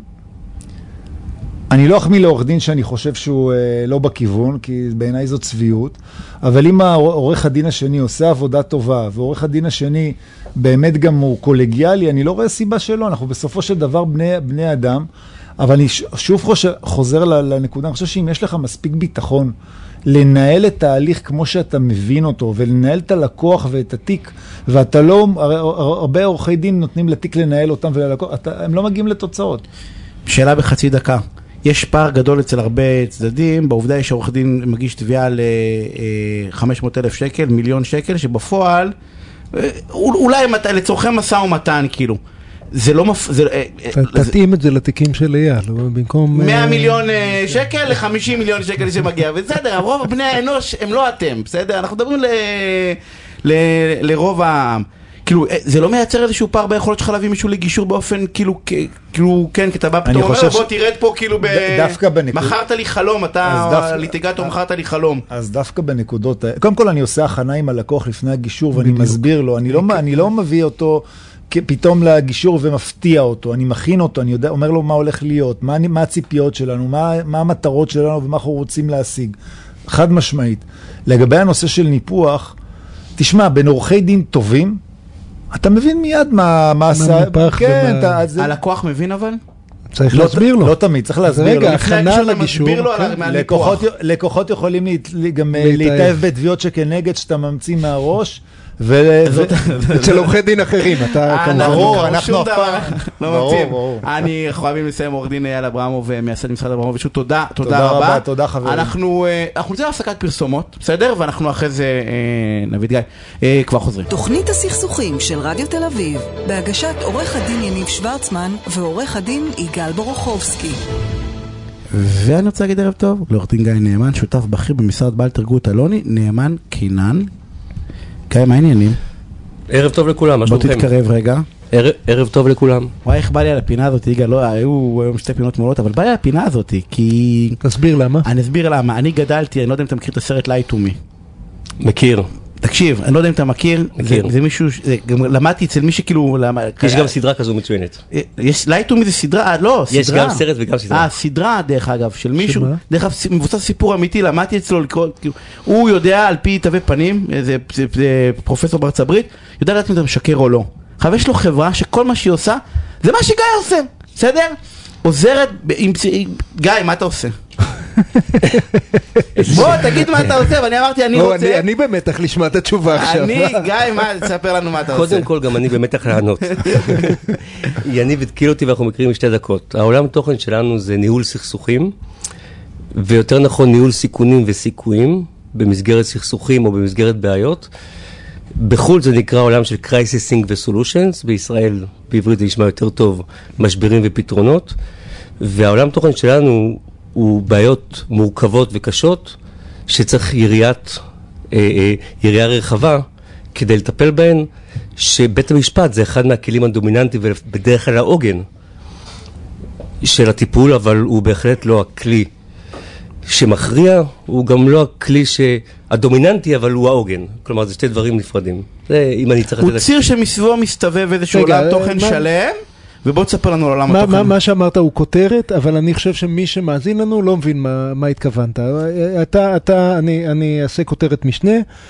אני לא אחמיא לעורך דין שאני חושב שהוא לא בכיוון, כי בעיניי זו צביעות, אבל אם העורך הדין השני עושה עבודה טובה, ועורך הדין השני באמת גם הוא קולגיאלי, אני לא רואה סיבה שלא, אנחנו בסופו של דבר בני אדם, אבל אני שוב חוזר לנקודה, אני חושב שאם יש לך מספיק ביטחון לנהל את ההליך כמו שאתה מבין אותו, ולנהל את הלקוח ואת התיק, ואתה לא, הרבה עורכי דין נותנים לתיק לנהל אותם, הם לא מגיעים לתוצאות. שאלה בחצי דקה. יש פער גדול אצל הרבה צדדים, בעובדה יש עורך דין מגיש תביעה ל-500,000 שקל, מיליון שקל, שבפועל, אולי לצורכי משא ומתן, כאילו. זה לא תתאים את זה לתיקים של אייל, במקום 100 מיליון שקל ל-50 מיליון שקל שמגיע, בסדר, רוב בני האנוש הם לא אתם, בסדר? אנחנו מדברים לרוב העם. כאילו, זה לא מייצר איזשהו פער ביכולת שלך להביא מישהו לגישור באופן, כאילו, כן, כי אתה בא פתאום אומר, בוא תרד פה, כאילו, מכרת לי חלום, אתה ליטיגטור, מכרת לי חלום. אז דווקא בנקודות, קודם כל אני עושה הכנה עם הלקוח לפני הגישור, ואני מסביר לו, אני לא מביא אותו פתאום לגישור ומפתיע אותו, אני מכין אותו, אני אומר לו מה הולך להיות, מה הציפיות שלנו, מה המטרות שלנו ומה אנחנו רוצים להשיג. חד משמעית. לגבי הנושא של ניפוח, תשמע, בין עורכי דין טובים, אתה מבין מיד מה עשה. כן, הלקוח מבין אבל? צריך להסביר לו. לא תמיד, צריך להסביר לו. רגע, הכנה לגישור. לקוחות יכולים גם להתאהב בתביעות שכנגד שאתה ממציא מהראש, אצל עורכי דין אחרים, אתה ברור, אנחנו אף פעם לא מוצאים. אני חייבים לסיים עורך דין אייל אברמוב מייסד משרד אברמוב, ושוב תודה רבה. תודה חברים. אנחנו נצא להפסקת פרסומות, בסדר? ואנחנו אחרי זה נביא גיא, כבר חוזרים. תוכנית הסכסוכים של רדיו תל אביב, בהגשת עורך הדין יניב שוורצמן ועורך הדין יגאל בורוכובסקי. ואני רוצה להגיד ערב טוב לעורך דין גיא נאמן, שותף בכיר במשרד בלטר גוט אלוני, נאמן קינן. גיא, מה העניינים? ערב טוב לכולם, מה שלומכם? בוא תתקרב רגע. ערב טוב לכולם. וואי, איך בא לי על הפינה הזאת, יגאל, לא, היו שתי פינות מעולות, אבל בא לי על הפינה הזאת, כי... תסביר למה. אני אסביר למה. אני גדלתי, אני לא יודע אם אתה מכיר את הסרט Lie to Me. מכיר. תקשיב, אני לא יודע אם אתה מכיר, זה מישהו, גם למדתי אצל מי שכאילו... יש גם סדרה כזו מצוינת. Lie to Me זה סדרה, לא, סדרה. יש גם סרט וגם סדרה. סדרה, דרך אגב, של מישהו, דרך אגב, מבוסס סיפור אמיתי, למדתי אצלו לקרוא, הוא יודע על פי תווי פנים, זה פרופסור בארצות הברית, יודע לדעת אם אתה משקר או לא. עכשיו יש לו חברה שכל מה שהיא עושה, זה מה שגיא עושה, בסדר? עוזרת, גיא, מה אתה עושה? בוא, תגיד מה אתה עושה, ואני אמרתי, אני רוצה... אני במתח לשמוע את התשובה עכשיו. גיא, תספר לנו מה אתה עושה. קודם כל, גם אני במתח לענות. יניב התקיל אותי ואנחנו מכירים 2 דקות. העולם תוכן שלנו זה ניהול סכסוכים, ויותר נכון ניהול סיכונים וסיכויים, במסגרת סכסוכים או במסגרת בעיות. בחו"ל זה נקרא עולם של Crisising ו-Solutions, בישראל, בעברית זה נשמע יותר טוב, משברים ופתרונות, והעולם תוכן שלנו הוא בעיות מורכבות וקשות, שצריך יריעה רחבה כדי לטפל בהן, שבית המשפט זה אחד מהכלים הדומיננטיים ובדרך כלל העוגן של הטיפול, אבל הוא בהחלט לא הכלי שמכריע, הוא גם לא הכלי הדומיננטי, אבל הוא העוגן. כלומר, זה 2 דברים נפרדים. זה אם אני צריך... הוא ציר שמסביבו מסתובב איזשהו עולם תוכן שלם, ובוא תספר לנו על עולם התוכן. מה שאמרת הוא כותרת, אבל אני חושב שמי שמאזין לנו לא מבין מה התכוונת. אני אעשה כותרת משנה,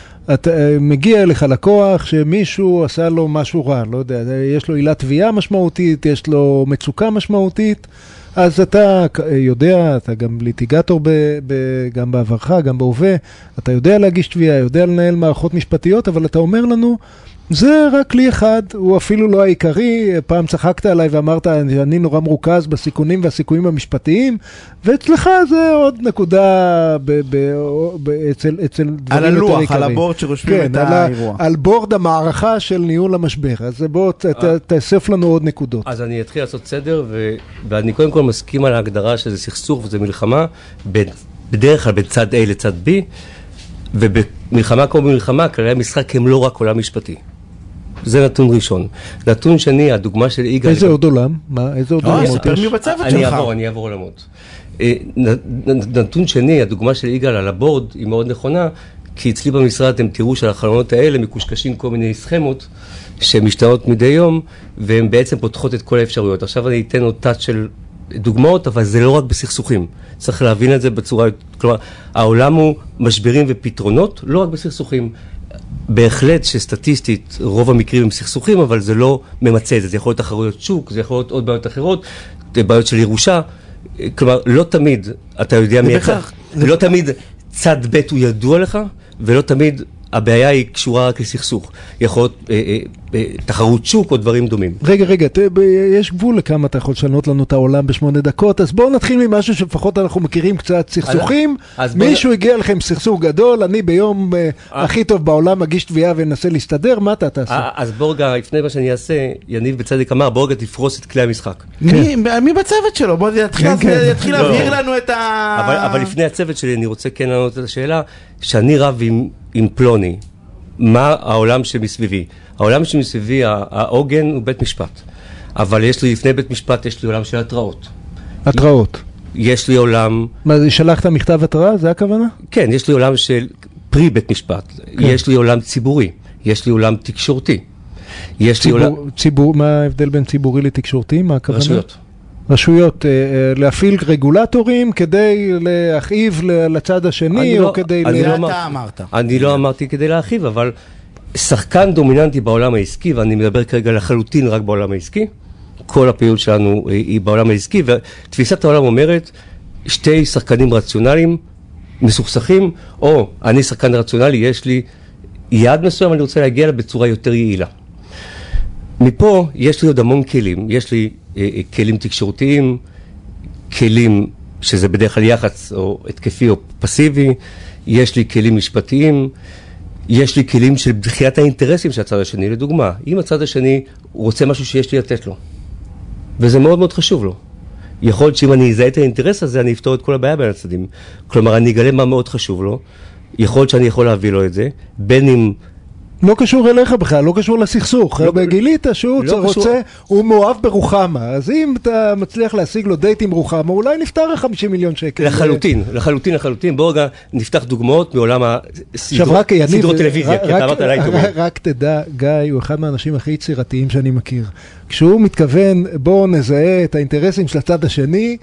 מגיע אליך לקוח שמישהו עשה לו משהו רע, לא יודע, יש לו עילת תביעה משמעותית, יש לו מצוקה משמעותית, אז אתה יודע, אתה גם ליטיגטור גם בעברך, גם בהווה, אתה יודע להגיש תביעה, יודע לנהל מערכות משפטיות, אבל אתה אומר לנו, זה רק כלי אחד, הוא אפילו לא העיקרי, פעם צחקת עליי ואמרת, אני נורא מרוכז בסיכונים והסיכויים המשפטיים, ואצלך זה עוד נקודה אצל דברים יותר עיקריים. על הלוח, על הבורד שרושמים את האירוע. על בורד המערכה של ניהול המשבר, אז בוא תאסף לנו עוד נקודות. אז אני אתחיל לעשות סדר, ואני קודם כל מסכים על ההגדרה שזה סכסוך וזה מלחמה, בדרך כלל בין צד A לצד B, ובמלחמה כמו במלחמה, כללי המשחק הם לא רק עולם משפטי. זה נתון ראשון. נתון שני, הדוגמה של יגאל... איזה עוד עולם? איזה עוד עולם? ספר מי בצוות שלך. אני אעבור עולמות. נתון שני, הדוגמה של יגאל על הבורד היא מאוד נכונה, כי אצלי במשרד אתם תראו שעל החלונות האלה מקושקשים כל מיני סכמות שמשתנות מדי יום, והן בעצם פותחות את כל האפשרויות. עכשיו אני אתן עוד טאץ' של דוגמאות, אבל זה לא רק בסכסוכים. צריך להבין את זה בצורה... כלומר, העולם הוא משברים ופתרונות, לא רק בסכסוכים. בהחלט שסטטיסטית רוב המקרים הם סכסוכים, אבל זה לא ממצא את זה. זה יכול להיות תחרויות שוק, זה יכול להיות עוד בעיות אחרות, בעיות של ירושה. כלומר, לא תמיד אתה יודע מי אחר. לא תמיד צד ב' הוא ידוע לך, ולא תמיד הבעיה היא קשורה רק לסכסוך. יכול להיות תחרות שוק או דברים דומים. רגע, יש גבול לכמה אתה יכול לשנות לנו את העולם ב8 דקות, אז בואו נתחיל ממשהו שלפחות אנחנו מכירים קצת סכסוכים. מישהו הגיע לכם סכסוך גדול, אני ביום הכי טוב בעולם מגיש תביעה ונסה להסתדר, מה אתה תעשה? אז בוא רגע, לפני מה שאני אעשה, יניב בצדק אמר, בוא רגע תפרוס את כלי המשחק. מי בצוות שלו? בוא יתחיל להבהיר לנו את ה... אבל לפני הצוות שלי אני רוצה כן לענות את השאלה, שאני רב עם פלוני, מה העולם שמסביבי? העולם שמסביבי, העוגן הוא בית משפט. אבל יש לי, לפני בית משפט, יש לי עולם של התראות. התראות. יש לי עולם... מה, שלחת מכתב התראה? זה הכוונה? כן, יש לי עולם של פרי בית משפט. כן. יש לי עולם ציבורי. יש לי עולם תקשורתי. יש לי עולם... מה ההבדל בין ציבורי לתקשורתי? מה הכוונה? רשויות. רשויות, להפעיל רגולטורים כדי להכאיב לצד השני, או כדי... אני לא אמרתי כדי להכאיב, אבל שחקן דומיננטי בעולם העסקי, ואני מדבר כרגע לחלוטין רק בעולם העסקי, כל הפעילות שלנו היא בעולם העסקי, ותפיסת העולם אומרת, שתי שחקנים רציונליים, מסוכסכים, או אני שחקן רציונלי, יש לי יעד מסוים, אני רוצה להגיע לה בצורה יותר יעילה. מפה יש לי עוד המון כלים, יש לי כלים תקשורתיים, כלים שזה בדרך כלל יחס או התקפי או פסיבי, יש לי כלים משפטיים, יש לי כלים של דחיית האינטרסים של הצד השני. לדוגמה, אם הצד השני רוצה משהו שיש לי לתת לו, וזה מאוד מאוד חשוב לו, יכול להיות שאם אני אזהה את האינטרס הזה, אני אפתור את כל הבעיה בין הצדדים. כלומר, אני אגלה מה מאוד חשוב לו, יכול להיות שאני יכול להביא לו את זה, בין אם... לא קשור אליך בכלל, לא קשור לסכסוך. גילית שהוא רוצה, הוא מאוהב ברוחמה. אז אם אתה מצליח להשיג לו דייט עם רוחמה, אולי נפתר 50 מיליון שקל. לחלוטין. בואו רגע נפתח דוגמאות מעולם הסדרות טלוויזיה, כי אתה אמרת עליי טובים. רק תדע, גיא הוא אחד מהאנשים הכי יצירתיים שאני מכיר. כשהוא מתכוון, בואו נזהה את האינטרסים של הצד השני,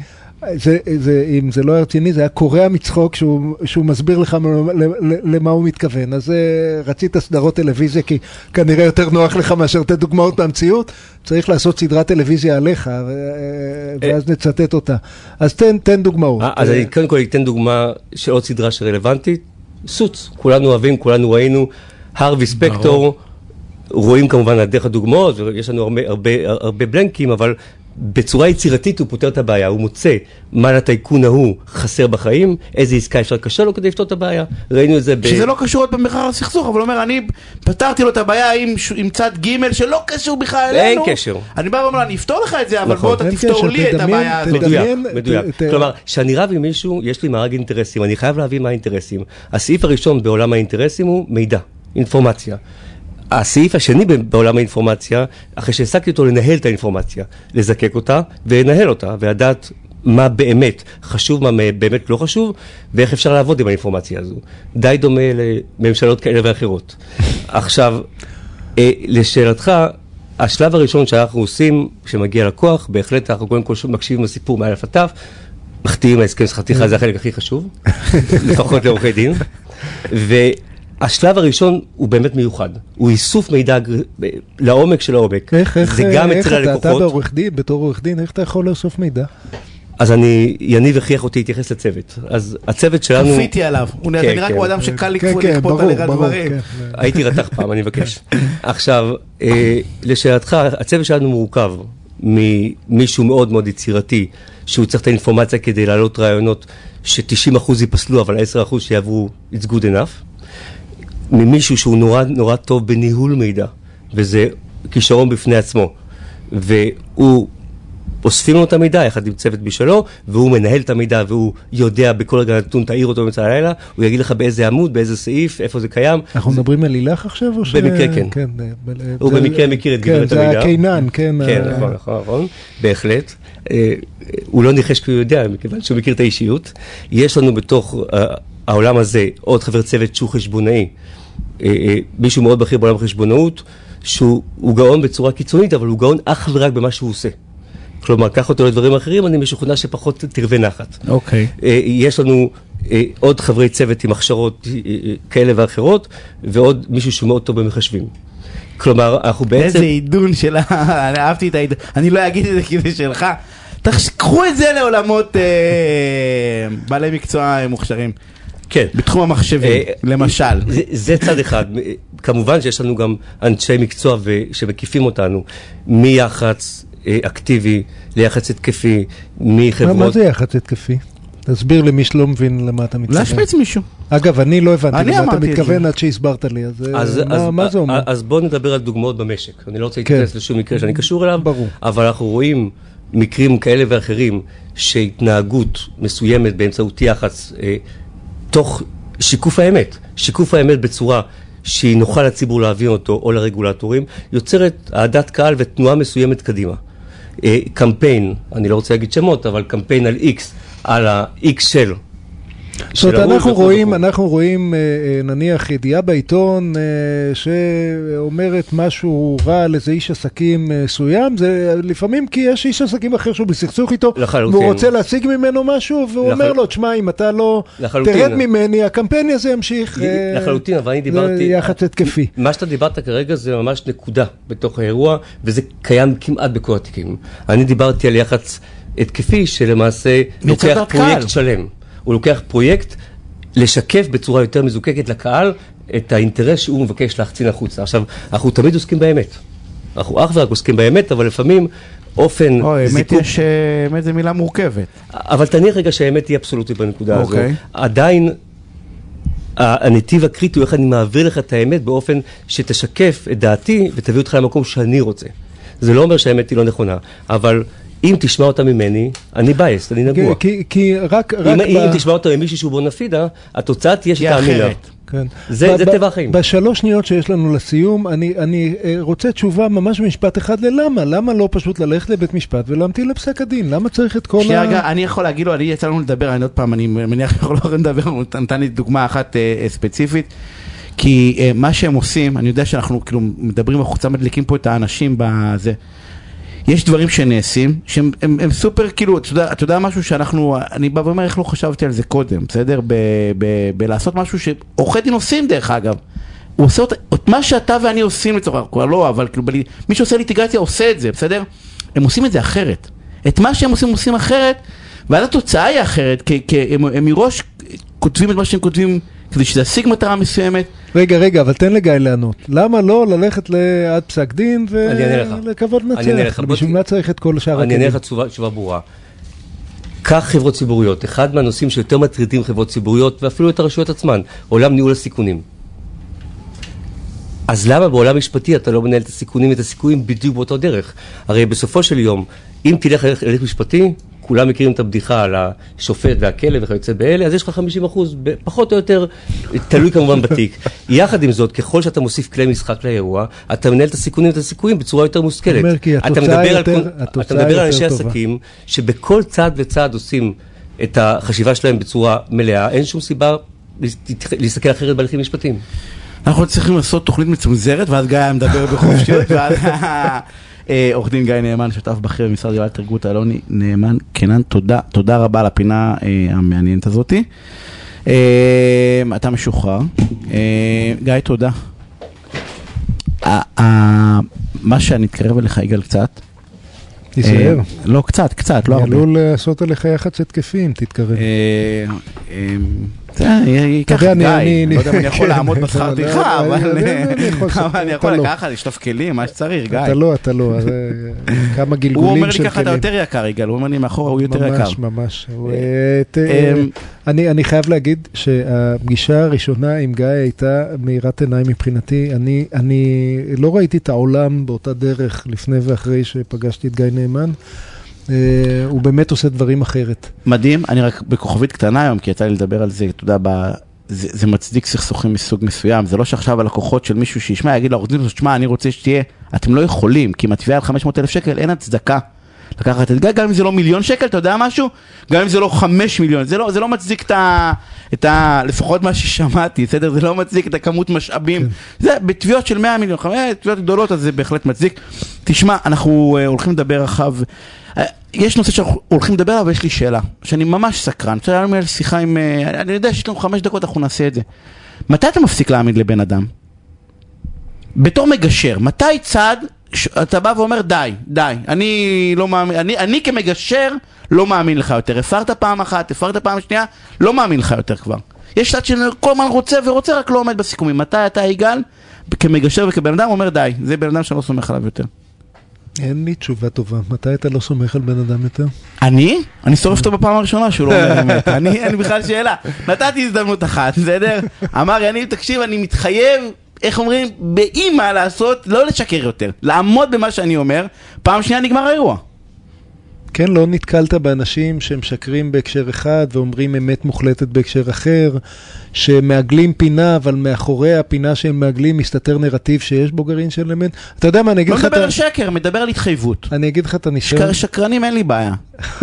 אם זה לא הרציני, זה היה קורע מצחוק שהוא מסביר לך למה הוא מתכוון. אז רצית סדרות טלוויזיה, כי כנראה יותר נוח לך מאשר תת דוגמאות מהמציאות, צריך לעשות סדרת טלוויזיה עליך, ואז נצטט אותה. אז תן דוגמאות. אז אני קודם כל אתן דוגמה של עוד סדרה שרלוונטית, סוץ, כולנו אוהבים, כולנו ראינו, הרווי ספקטור, רואים כמובן על דרך הדוגמאות, ויש לנו הרבה בלנקים, אבל בצורה יצירתית הוא פותר את הבעיה, הוא מוצא מה לטייקון ההוא חסר בחיים, איזה עסקה אפשר קשה לו כדי לפתור את הבעיה. ראינו את זה שזה לא קשור עוד במחר הסכסוך, אבל הוא אומר, אני פתרתי לו את הבעיה עם צד ג' שלא קשור בכלל אלינו. אין קשר. אני בא ואומר, אני אפתור לך את זה, אבל בוא תפתור לי את הבעיה הזאת. מדויק. כלומר, כשאני רב עם מישהו, יש לי מארג אינטרסים, אני חייב להבין מה האינטרסים. הסעיף הראשון בעולם האינטרסים הוא מידע, אינפורמציה. הסעיף השני בעולם האינפורמציה, אחרי שהעסקתי אותו לנהל את האינפורמציה, לזקק אותה ולנהל אותה, ולדעת מה באמת חשוב, מה באמת לא חשוב, ואיך אפשר לעבוד עם האינפורמציה הזו. די דומה לממשלות כאלה ואחרות. עכשיו, לשאלתך, השלב הראשון שאנחנו עושים, כשמגיע לקוח, בהחלט אנחנו קודם כל מקשיבים לסיפור מאלף עד תו, מחתימים ההסכם שכר, זה החלק הכי חשוב, לפחות לעורכי דין, השלב הראשון הוא באמת מיוחד. הוא איסוף מידע לעומק של העומק. זה גם אצל הלקוחות. אתה בתור עורך דין, איך אתה יכול לאסוף מידע? אז יניב הכריח אותי להתייחס לצוות. אז הצוות שלנו... כפיתי עליו. הוא נראה כמו אדם שקל לכפות עליך דברים. הייתי רתח פעם, אני מבקש. עכשיו, לשאלתך, הצוות שלנו מורכב ממישהו מאוד מאוד יצירתי, שהוא צריך את האינפורמציה כדי להעלות רעיונות ש90% ייפסלו, אבל 10% שיעברו it's good enough. ממישהו שהוא נורא טוב בניהול מידע, וזה כישרון בפני עצמו, והוא אוספים לו את המידע יחד עם צוות בשלו, והוא מנהל את המידע, והוא יודע בכל רגע נתון, תעיר אותו במצע הלילה, הוא יגיד לך באיזה עמוד, באיזה סעיף, איפה זה קיים. אנחנו מדברים על לילך עכשיו? במקרה כן. הוא במקרה מכיר את גברת המידע. זה הקינן, כן. כן, נכון, בהחלט. הוא לא ניחש כי הוא יודע, מכיוון שהוא מכיר את האישיות. יש לנו בתוך העולם הזה עוד חבר צוות שהוא חשבונאי, מישהו מאוד בכיר בעולם החשבונאות, שהוא גאון בצורה קיצונית, אבל הוא גאון אך ורק במה שהוא עושה. כלומר, קח אותו לדברים אחרים, אני משוכנע שפחות תרווה נחת. אוקיי. יש לנו עוד חברי צוות עם הכשרות כאלה ואחרות, ועוד מישהו שהוא מאוד טוב במחשבים. כלומר, אנחנו בעצם... איזה עידון שלה, אני אהבתי את העידון, אני לא אגיד את זה כי זה שלך. קחו את זה לעולמות בעלי מקצוע מוכשרים. כן. בתחום המחשבים, למשל. זה צד אחד. כמובן שיש לנו גם אנשי מקצוע שמקיפים אותנו, מיח"צ אקטיבי ליח"צ התקפי, מחברות... מה זה יח"צ התקפי? תסביר למי שלא מבין למה אתה מתכוון. להשמיץ מישהו. אגב, אני לא הבנתי למה אתה מתכוון עד שהסברת לי, אז מה זה אומר? אז בואו נדבר על דוגמאות במשק. אני לא רוצה להתייחס לשום מקרה שאני קשור אליו, אבל אנחנו רואים מקרים כאלה ואחרים שהתנהגות מסוימת באמצעות יח"צ תוך שיקוף האמת בצורה שהיא נוחה לציבור להעביר אותו או לרגולטורים, יוצרת העדת קהל ותנועה מסוימת קדימה. קמפיין, אני לא רוצה להגיד שמות, אבל קמפיין על X, על ה-X של... זאת אומרת, אנחנו רואים נניח ידיעה בעיתון שאומרת משהו רע על איזה איש עסקים מסוים, זה לפעמים כי יש איש עסקים אחר שהוא בסכסוך איתו, והוא רוצה להשיג ממנו משהו, והוא אומר לו, תשמע, אם אתה לא תרד ממני, הקמפיין הזה ימשיך לחלוטין, אבל אני דיברתי... יחץ התקפי. מה שאתה דיברת כרגע זה ממש נקודה בתוך האירוע, וזה קיים כמעט בכל התיקים. אני דיברתי על יחץ התקפי שלמעשה לוקח פרויקט שלם. הוא לוקח פרויקט לשקף בצורה יותר מזוקקת לקהל את האינטרס שהוא מבקש להחצין החוצה. עכשיו, אנחנו תמיד עוסקים באמת. אנחנו אך ורק עוסקים באמת, אבל לפעמים אופן זיקוק... אמת זה מילה מורכבת. אבל תניח רגע שהאמת היא אבסולוטית בנקודה הזו. עדיין הנתיב הקריטי הוא איך אני מעביר לך את האמת באופן שתשקף את דעתי ותביא אותך למקום שאני רוצה. זה לא אומר שהאמת היא לא נכונה, אבל... אם תשמע אותה ממני, אני בייסט, אני נגוע. כי רק... אם תשמע אותה ממישהו שהוא בונפידה, התוצאה תהיה שתאמין לה. זה טבע החיים. בשלוש שניות שיש לנו לסיום, אני רוצה תשובה ממש במשפט אחד ללמה. למה לא פשוט ללכת לבית משפט ולהמתין לפסק הדין? למה צריך את כל אני יכול להגיד לו, אני יצא לנו לדבר, אני עוד פעם, אני מניח יכול לדבר, הוא נתן לי דוגמה אחת ספציפית, כי מה שהם עושים, אני יודע שאנחנו כאילו מדברים החוצה, מדליקים פה את האנשים בזה. יש דברים שנעשים, שהם סופר, כאילו, אתה יודע משהו שאנחנו, אני בא ואומר, איך לא חשבתי על זה קודם, בסדר? בלעשות משהו שעורכי דין עושים דרך אגב. הוא עושה את מה שאתה ואני עושים לצורך, כבר לא, אבל כאילו, מי שעושה ליטיגציה עושה את זה, בסדר? הם עושים את זה אחרת. את מה שהם עושים אחרת, ואז התוצאה היא אחרת, כי הם מראש כותבים את מה שהם כותבים, כדי שתשיג מטרה מסוימת. רגע, אבל תן לגיא לענות. למה לא ללכת עד פסק דין ולכבוד נצח? בשביל מה צריך את כל שאר הכלים? אני אענה לך תשובה ברורה. כך חברות ציבוריות, אחד מהנושאים שיותר מטרידים חברות ציבוריות, ואפילו את הרשויות עצמן, עולם ניהול הסיכונים. אז למה בעולם משפטי אתה לא מנהל את הסיכונים ואת הסיכויים בדיוק באותו דרך? הרי בסופו של יום, אם תלך להליך משפטי, כולם מכירים את הבדיחה על השופט והכלב וכיוצא באלה, אז יש לך 50%, פחות או יותר, תלוי כמובן בתיק. יחד עם זאת, ככל שאתה מוסיף כלי משחק לאירוע, אתה מנהל את הסיכונים ואת הסיכויים בצורה יותר מושכלת. אתה מדבר על אנשי עסקים, שבכל צעד וצעד עושים את החשיבה שלהם בצורה מלאה, אין שום סיבה להסתכל אחרת בהליכים משפטיים. אנחנו צריכים לעשות תוכנית מצומזרת, ואז גיא מדבר בחופשיות, ואז... עורך דין גיא נאמן, שותף בכיר במשרד יואל תרגות אלוני נאמן, קנן, תודה רבה על הפינה המעניינת הזאת. אתה משוחרר. גיא, תודה. מה שאני אתקרב אליך, יגאל, קצת. תישאר. לא, קצת, לא הרבה. עלול לעשות עליך יחץ התקפים, תתקרב. ייקח גיא, לא יודע אם אני יכול לעמוד בשכר טרחה, אבל אני יכול לקחת, לשטוף כלים, מה שצריך, גיא. אתה לא, כמה גלגולים של כלים. הוא אומר לי ככה, אתה יותר יקר, יגאל, הוא אומר לי מאחורה, הוא יותר יקר. ממש. אני חייב להגיד שהפגישה הראשונה עם גיא הייתה מאירת עיניים מבחינתי. אני לא ראיתי את העולם באותה דרך לפני ואחרי שפגשתי את גיא נאמן. הוא באמת עושה דברים אחרת. מדהים, אני רק בכוכבית קטנה היום, כי יצא לי לדבר על זה, אתה יודע, זה מצדיק סכסוכים מסוג מסוים, זה לא שעכשיו הלקוחות של מישהו שישמע, יגיד לעורך דין, תשמע, אני רוצה שתהיה, אתם לא יכולים, כי אם התביעה על 500,000 שקל, אין הצדקה לקחת את גיא, גם אם זה לא 1,000,000 שקל, אתה יודע משהו? גם אם זה לא 5 מיליון, זה לא מצדיק לפחות מה ששמעתי, בסדר? זה לא מצדיק את הכמות משאבים. זה בתביעות של 100 מיליון, תביעות גדולות, אז זה בהחלט מצדיק. תשמע, אנחנו הולכים לדבר רחב, יש נושא שאנחנו הולכים לדבר, אבל יש לי שאלה, שאני ממש סקרן. היה לנו שיחה עם, אני יודע שיש לנו 5 דקות, אנחנו נעשה את זה. מתי אתה מפסיק להאמין לבן אדם? בתור מגשר, מתי צעד, אתה בא ואומר, די, אני לא מאמין, אני כמגשר לא מאמין לך יותר. הפרת פעם אחת, הפרת פעם שנייה, לא מאמין לך יותר כבר. יש צעד שכל הזמן רוצה, רק לא עומד בסיכומים. מתי אתה, יגאל, כמגשר וכבן אדם, אומר, די, זה בן אדם שאני לא סומך עליו יותר. אין לי תשובה טובה. מתי אתה לא סומך על בן אדם יותר? אני שורף אותו בפעם הראשונה שהוא לא אומר אמת. אין בכלל שאלה. נתתי הזדמנות אחת, בסדר? אמר, תקשיב, אני מתחייב, איך אומרים, באמא לעשות, לא לשקר יותר. לעמוד במה שאני אומר, פעם שנייה נגמר האירוע. כן, לא נתקלת באנשים שמשקרים בהקשר אחד ואומרים אמת מוחלטת בהקשר אחר, שמעגלים פינה, אבל מאחורי הפינה שהם מעגלים מסתתר נרטיב שיש בו גרעין של אמת. אתה יודע מה, אני אגיד לך... לא מדבר על שקר, מדבר על התחייבות. אני אגיד לך את הניסיון. שקרנים אין לי בעיה.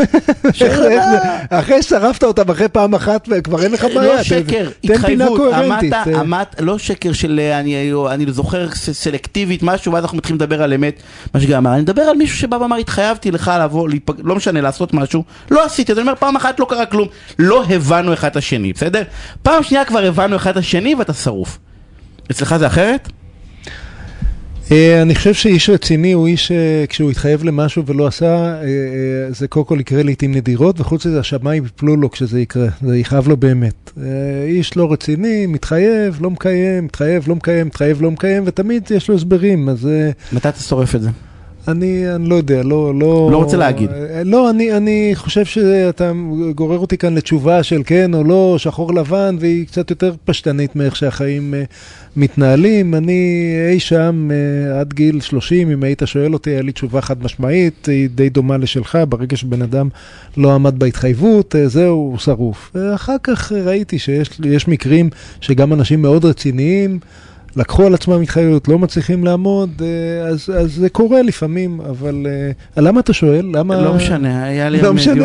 אחרי שרפת אותם אחרי פעם אחת וכבר אין לך בעיה. לא שקר, התחייבות. לא שקר של אני זוכר סלקטיבית משהו, ואז אנחנו מתחילים לדבר על אמת. מה שגם אמר, אני מדבר על מישהו שבא ואמר, התחייבתי לך לבוא, לא משנה, לעשות משהו. לא עשיתי, אז אני אומר, פעם אחת לא קרה כלום. לא הבנו אחד את השני, בסדר? פעם שנייה כבר הבנו אחד את השני ואתה שרוף. אצלך זה אחרת? אני חושב שאיש רציני הוא איש כשהוא התחייב למשהו ולא עשה, זה קודם כל יקרה לעתים נדירות, וחוץ לזה השמיים יפלו לו כשזה יקרה, זה יכאב לו באמת. איש לא רציני, מתחייב, לא מקיים, מתחייב, לא מקיים, מתחייב, לא מקיים, ותמיד יש לו הסברים, אז... מתי אתה שורף את זה? אני לא יודע, לא רוצה להגיד. לא, אני חושב שאתה גורר אותי כאן לתשובה של כן או לא, שחור לבן, והיא קצת יותר פשטנית מאיך שהחיים מתנהלים. אני אי שם עד גיל 30, אם היית שואל אותי, היה לי תשובה חד משמעית, היא די דומה לשלך, ברגע שבן אדם לא עמד בהתחייבות, זהו, הוא שרוף. אחר כך ראיתי שיש מקרים שגם אנשים מאוד רציניים, לקחו על עצמם התחייבות, לא מצליחים לעמוד, אז זה קורה לפעמים, אבל למה אתה שואל? לא משנה, היה לי... לא משנה.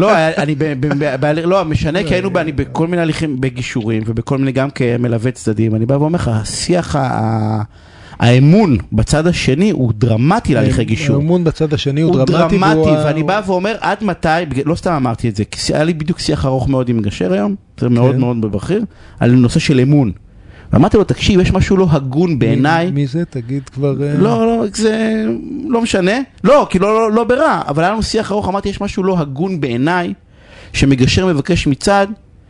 לא, משנה, כי היינו בכל מיני הליכים בגישורים, ובכל מיני גם כמלווה צדדים, אני בא ואומר לך, השיח האמון בצד השני הוא דרמטי להליכי גישור. האמון בצד השני הוא דרמטי, ואני בא ואומר, עד מתי, לא סתם אמרתי את זה, כי היה לי בדיוק שיח ארוך מאוד עם מגשר היום, זה מאוד מאוד בבחיר, על נושא של אמון. ואמרתי לו, תקשיב, יש משהו לא הגון בעיניי. מי זה? תגיד כבר... לא, זה לא משנה. לא, כי לא ברע, אבל היה לנו שיח ארוך, אמרתי, יש משהו לא הגון בעיניי, שמגשר מבקש מצד,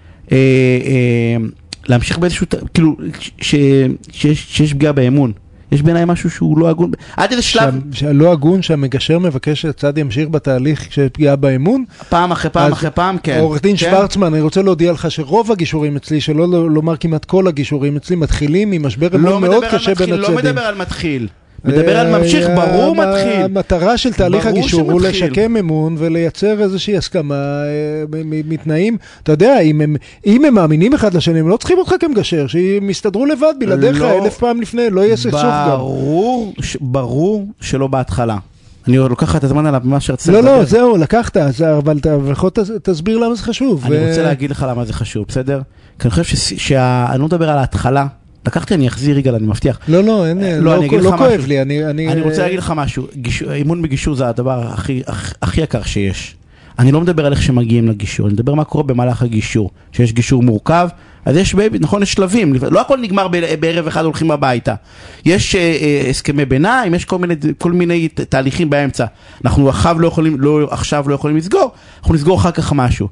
להמשיך באיזשהו, כאילו, שיש פגיעה באמון. יש בעיניי משהו שהוא לא הגון. עד איזה שלב... לא הגון שהמגשר מבקש שהצד ימשיך בתהליך כשיש פגיעה באמון? פעם אחרי פעם אחרי פעם, כן. עורך דין שוורצמן, אני רוצה להודיע לך שרוב הגישורים אצלי, שלא לומר כמעט כל הגישורים אצלי, מתחילים ממשבר אמון מאוד קשה בין הצדדים. לא מדבר על מתחיל. מדבר על ממשיך, ברור מתחיל. המטרה של תהליך הגישור הוא לשקם אמון ולייצר איזושהי הסכמה מתנאים. אתה יודע, אם הם מאמינים אחד לשני, הם לא צריכים אותך כמגשר, שהם יסתדרו לבד בלעדיך 1000 פעם לפני, לא יהיה סכסוך גם. ברור שלא בהתחלה. אני לוקח את הזמן עליו ממה שרצה. לא, זהו, לקחת, אבל תסביר למה זה חשוב. אני רוצה להגיד לך למה זה חשוב, בסדר? כי אני חושב שאני לא מדבר על ההתחלה, לקחתי, אני אחזיר רגע, אני מבטיח. לא, לא כואב לי. אני רוצה להגיד לך משהו, אימון בגישור זה הדבר הכי יקר שיש. אני לא מדבר על איך שמגיעים לגישור, אני מדבר מה קורה במהלך הגישור. שיש גישור מורכב, אז יש, נכון, יש שלבים, לא הכל נגמר בערב אחד הולכים הביתה. יש הסכמי ביניים, יש כל מיני תהליכים באמצע. אנחנו עכשיו לא יכולים לסגור, אנחנו נסגור אחר כך משהו.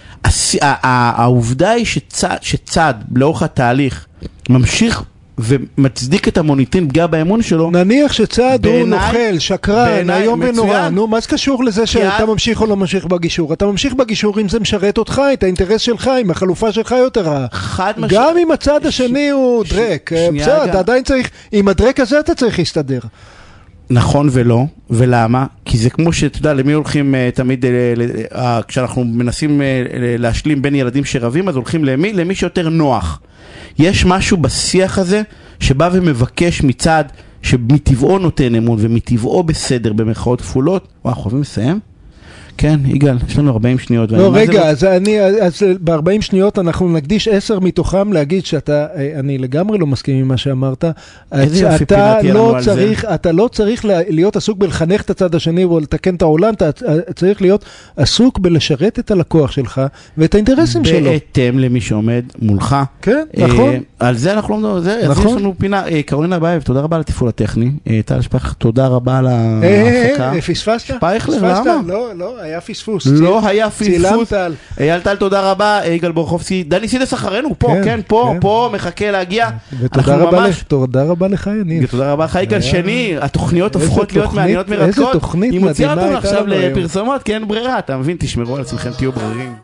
העובדה היא שצד לאורך התהליך ממשיך ומצדיק את המוניטין פגיעה באמון שלו. נניח שצד הוא נוכל, שקרן, היום ונורא. נו, מה זה קשור לזה שאתה ממשיך או לא ממשיך בגישור? אתה ממשיך בגישור אם זה משרת אותך, את האינטרס שלך, אם החלופה שלך יותר רעה. גם אם הצד השני הוא דרק. בסדר, אתה עדיין צריך, עם הדרק הזה אתה צריך להסתדר. נכון ולא, ולמה? כי זה כמו שאתה יודע, למי הולכים תמיד, כשאנחנו מנסים להשלים בין ילדים שרבים, אז הולכים למי? למי שיותר נוח. יש משהו בשיח הזה שבא ומבקש מצד שמטבעו נותן אמון ומטבעו בסדר במרכאות כפולות. וואו, חייבים לסיים? כן, יגאל, יש לנו 40 שניות. לא, רגע, אז ב-40 שניות אנחנו נקדיש 10 מתוכם להגיד אני לגמרי לא מסכים עם מה שאמרת. אתה לא צריך להיות עסוק בלחנך את הצד השני או לתקן את העולם, אתה צריך להיות עסוק בלשרת את הלקוח שלך ואת האינטרסים שלו. בהתאם למי שעומד מולך. כן, נכון. על זה אנחנו לא מדברים, אז יש לנו פינה. קרולינה באייב, תודה רבה על התפעול הטכני. טל שפייכלר, תודה רבה על ההפקה. פספסת? שפייכלר, למה? לא, היה פספוס. לא היה פספוס. אייל טל, תודה רבה. יגאל בורחובסקי. דני סידס אחרינו, פה, כן, פה, מחכה להגיע. ותודה רבה לך, יניב. ותודה רבה לך, יגאל שני. התוכניות הופכות להיות מעניינות מרתקות. איזה תוכנית מדהימה. היא מוציאה אותנו עכשיו לפרסומות, כי אין ברירה. אתה מבין, תשמרו על עצמכם, תהיו ברירים.